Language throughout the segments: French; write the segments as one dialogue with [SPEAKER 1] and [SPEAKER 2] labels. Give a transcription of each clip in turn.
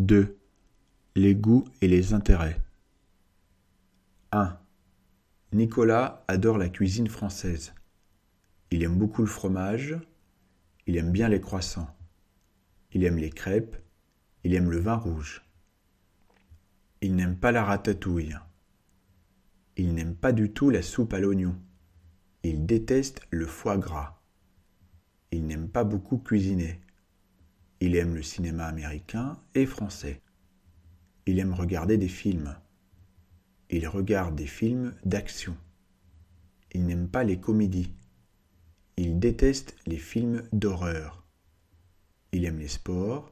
[SPEAKER 1] 2. Les goûts et les intérêts. 1. Nicolas adore la cuisine française. Il aime beaucoup le fromage, il aime bien les croissants, il aime les crêpes, il aime le vin rouge. Il n'aime pas la ratatouille. Il n'aime pas du tout la soupe à l'oignon. Il déteste le foie gras. Il n'aime pas beaucoup cuisiner. Il aime le cinéma américain et français. Il aime regarder des films. Il regarde des films d'action. Il n'aime pas les comédies. Il déteste les films d'horreur. Il aime les sports.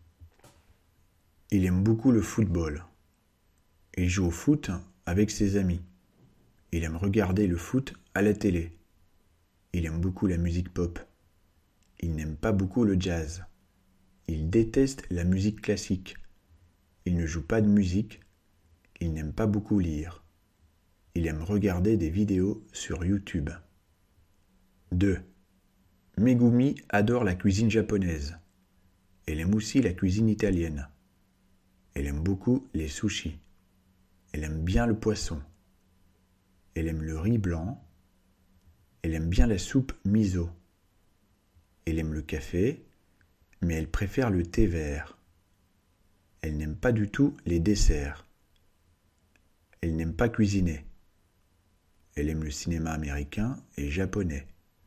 [SPEAKER 1] Il aime beaucoup le football. Il joue au foot avec ses amis. Il aime regarder le foot à la télé. Il aime beaucoup la musique pop. Il n'aime pas beaucoup le jazz. Il déteste la musique classique. Il ne joue pas de musique. Il n'aime pas beaucoup lire. Il aime regarder des vidéos sur YouTube. 2. Megumi adore la cuisine japonaise. Elle aime aussi la cuisine italienne. Elle aime beaucoup les sushis. Elle aime bien le poisson. Elle aime le riz blanc. Elle aime bien la soupe miso. Elle aime le café, mais elle préfère le thé vert. Elle n'aime pas du tout les desserts. Elle n'aime pas cuisiner. Elle aime le cinéma américain et japonais.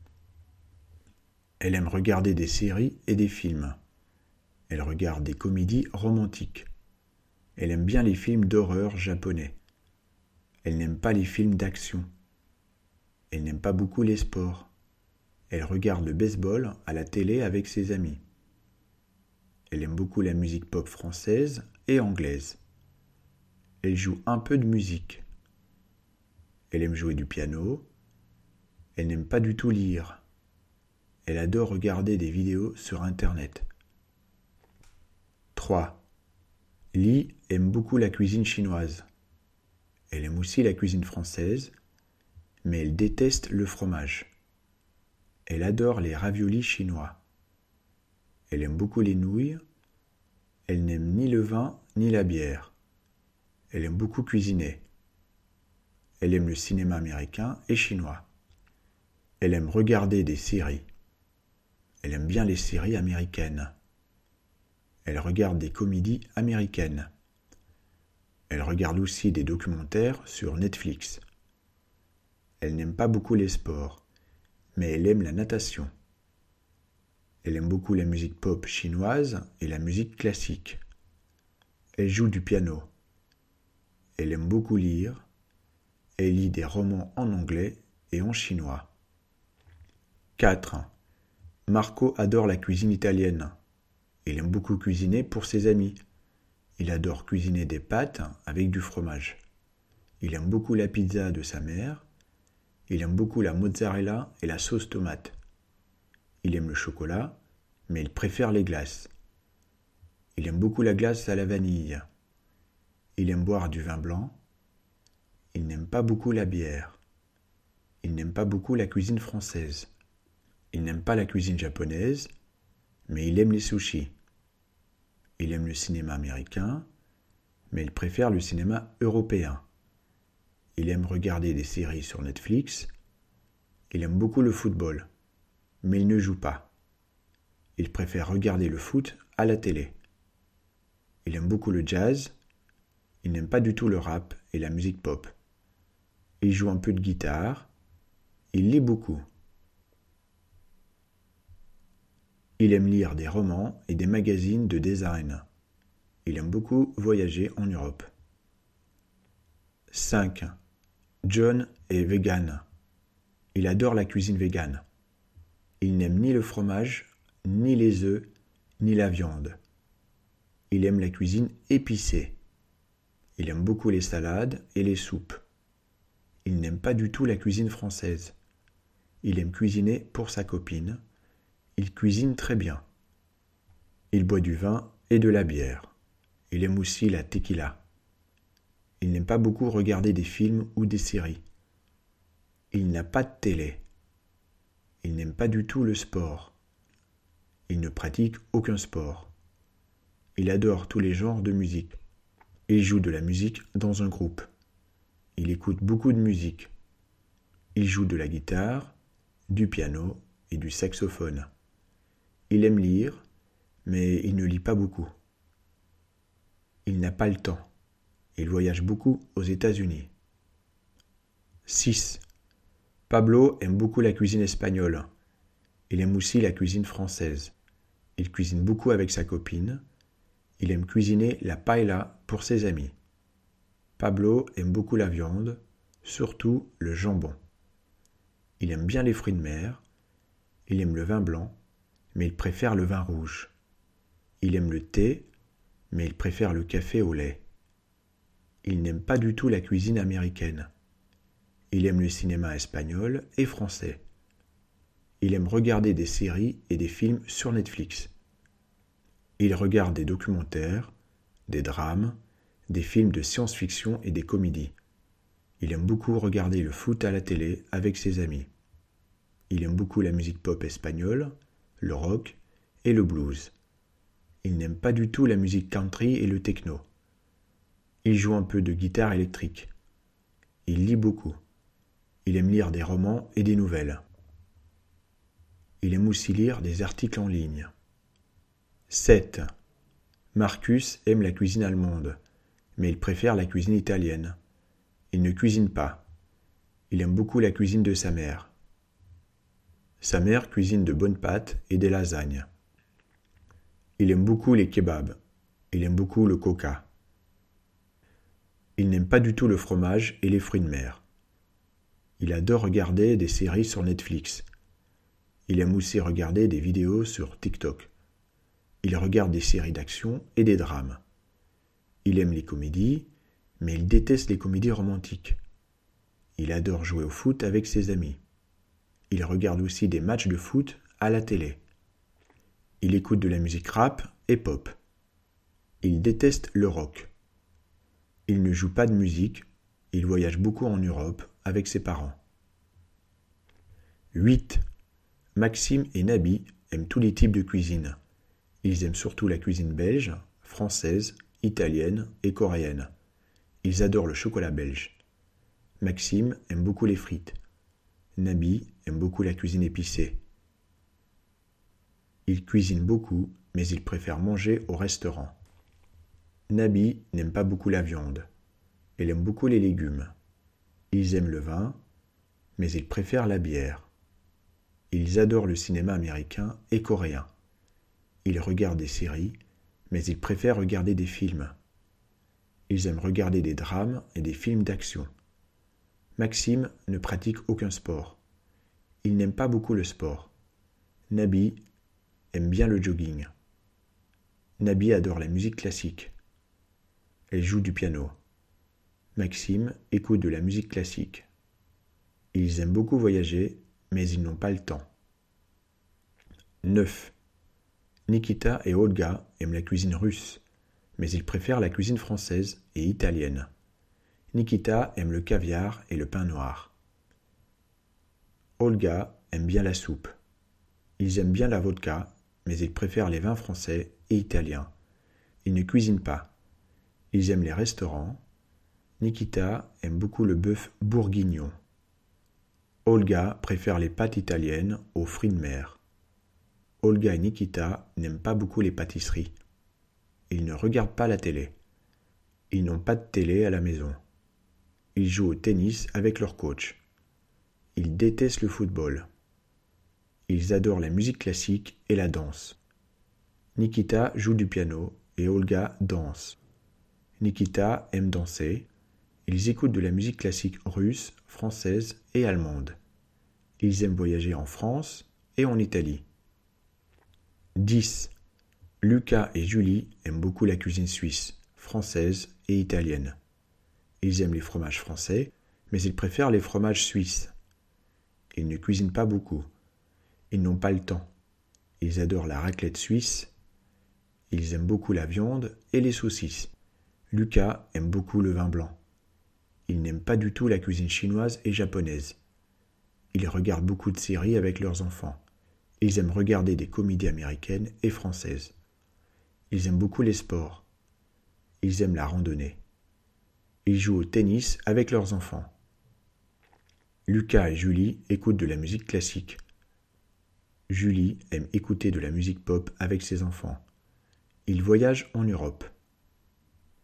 [SPEAKER 1] Elle aime regarder des séries et des films. Elle regarde des comédies romantiques. Elle aime bien les films d'horreur japonais. Elle n'aime pas les films d'action. Elle n'aime pas beaucoup les sports. Elle regarde le baseball à la télé avec ses amis. Elle aime beaucoup la musique pop française et anglaise. Elle joue un peu de musique. Elle aime jouer du piano. Elle n'aime pas du tout lire. Elle adore regarder des vidéos sur Internet. 3. Li aime beaucoup la cuisine chinoise. Elle aime aussi la cuisine française, mais elle déteste le fromage. Elle adore les raviolis chinois. Elle aime beaucoup les nouilles. Elle n'aime ni le vin ni la bière. Elle aime beaucoup cuisiner. Elle aime le cinéma américain et chinois. Elle aime regarder des séries. Elle aime bien les séries américaines. Elle regarde des comédies américaines. Elle regarde aussi des documentaires sur Netflix. Elle n'aime pas beaucoup les sports, mais elle aime la natation. Elle aime beaucoup la musique pop chinoise et la musique classique. Elle joue du piano. Elle aime beaucoup lire. Elle lit des romans en anglais et en chinois. 4. Marco adore la cuisine italienne. Il aime beaucoup cuisiner pour ses amis. Il adore cuisiner des pâtes avec du fromage. Il aime beaucoup la pizza de sa mère. Il aime beaucoup la mozzarella et la sauce tomate. Il aime le chocolat, mais il préfère les glaces. Il aime beaucoup la glace à la vanille. Il aime boire du vin blanc. Il n'aime pas beaucoup la bière. Il n'aime pas beaucoup la cuisine française. Il n'aime pas la cuisine japonaise, mais il aime les sushis. Il aime le cinéma américain, mais il préfère le cinéma européen. Il aime regarder des séries sur Netflix. Il aime beaucoup le football, mais il ne joue pas. Il préfère regarder le foot à la télé. Il aime beaucoup le jazz. Il n'aime pas du tout le rap et la musique pop. Il joue un peu de guitare. Il lit beaucoup. Il aime lire des romans et des magazines de design. Il aime beaucoup voyager en Europe. 5. John est vegan. Il adore la cuisine végane. Il n'aime ni le fromage, ni les œufs, ni la viande. Il aime la cuisine épicée. Il aime beaucoup les salades et les soupes. Il n'aime pas du tout la cuisine française. Il aime cuisiner pour sa copine. Il cuisine très bien. Il boit du vin et de la bière. Il aime aussi la tequila. Il n'aime pas beaucoup regarder des films ou des séries. Il n'a pas de télé. Il n'aime pas du tout le sport. Il ne pratique aucun sport. Il adore tous les genres de musique. Il joue de la musique dans un groupe. Il écoute beaucoup de musique. Il joue de la guitare, du piano et du saxophone. Il aime lire, mais il ne lit pas beaucoup. Il n'a pas le temps. Il voyage beaucoup aux États-Unis. 6. Pablo aime beaucoup la cuisine espagnole. Il aime aussi la cuisine française. Il cuisine beaucoup avec sa copine. Il aime cuisiner la paella pour ses amis. Pablo aime beaucoup la viande, surtout le jambon. Il aime bien les fruits de mer. Il aime le vin blanc, mais il préfère le vin rouge. Il aime le thé, mais il préfère le café au lait. Il n'aime pas du tout la cuisine américaine. Il aime le cinéma espagnol et français. Il aime regarder des séries et des films sur Netflix. Il regarde des documentaires, des drames, des films de science-fiction et des comédies. Il aime beaucoup regarder le foot à la télé avec ses amis. Il aime beaucoup la musique pop espagnole, le rock et le blues. Il n'aime pas du tout la musique country et le techno. Il joue un peu de guitare électrique. Il lit beaucoup. Il aime lire des romans et des nouvelles. Il aime aussi lire des articles en ligne. 7. Marcus aime la cuisine allemande, mais il préfère la cuisine italienne. Il ne cuisine pas. Il aime beaucoup la cuisine de sa mère. Sa mère cuisine de bonnes pâtes et des lasagnes. Il aime beaucoup les kebabs. Il aime beaucoup le coca. Il n'aime pas du tout le fromage et les fruits de mer. Il adore regarder des séries sur Netflix. Il aime aussi regarder des vidéos sur TikTok. Il regarde des séries d'action et des drames. Il aime les comédies, mais il déteste les comédies romantiques. Il adore jouer au foot avec ses amis. Il regarde aussi des matchs de foot à la télé. Il écoute de la musique rap et pop. Il déteste le rock. Il ne joue pas de musique. Il voyage beaucoup en Europe avec ses parents. 8. Maxime et Nabi aiment tous les types de cuisine. Ils aiment surtout la cuisine belge, française, italienne et coréenne. Ils adorent le chocolat belge. Maxime aime beaucoup les frites. Nabi aime beaucoup la cuisine épicée. Il cuisine beaucoup, mais il préfère manger au restaurant. Nabi n'aime pas beaucoup la viande. Elle aime beaucoup les légumes. Ils aiment le vin, mais ils préfèrent la bière. Ils adorent le cinéma américain et coréen. Ils regardent des séries, mais ils préfèrent regarder des films. Ils aiment regarder des drames et des films d'action. Maxime ne pratique aucun sport. Il n'aime pas beaucoup le sport. Nabi aime bien le jogging. Nabi adore la musique classique. Elle joue du piano. Maxime écoute de la musique classique. Ils aiment beaucoup voyager, mais ils n'ont pas le temps. 9. Nikita et Olga aiment la cuisine russe, mais ils préfèrent la cuisine française et italienne. Nikita aime le caviar et le pain noir. Olga aime bien la soupe. Ils aiment bien la vodka, mais ils préfèrent les vins français et italiens. Ils ne cuisinent pas. Ils aiment les restaurants. Nikita aime beaucoup le bœuf bourguignon. Olga préfère les pâtes italiennes aux fruits de mer. Olga et Nikita n'aiment pas beaucoup les pâtisseries. Ils ne regardent pas la télé. Ils n'ont pas de télé à la maison. Ils jouent au tennis avec leur coach. Ils détestent le football. Ils adorent la musique classique et la danse. Nikita joue du piano et Olga danse. Nikita aime danser. Ils écoutent de la musique classique russe, française et allemande. Ils aiment voyager en France et en Italie. 10. Lucas et Julie aiment beaucoup la cuisine suisse, française et italienne. Ils aiment les fromages français, mais ils préfèrent les fromages suisses. Ils ne cuisinent pas beaucoup. Ils n'ont pas le temps. Ils adorent la raclette suisse. Ils aiment beaucoup la viande et les saucisses. Lucas aime beaucoup le vin blanc. Ils n'aiment pas du tout la cuisine chinoise et japonaise. Ils regardent beaucoup de séries avec leurs enfants. Ils aiment regarder des comédies américaines et françaises. Ils aiment beaucoup les sports. Ils aiment la randonnée. Ils jouent au tennis avec leurs enfants. Lucas et Julie écoutent de la musique classique. Julie aime écouter de la musique pop avec ses enfants. Ils voyagent en Europe.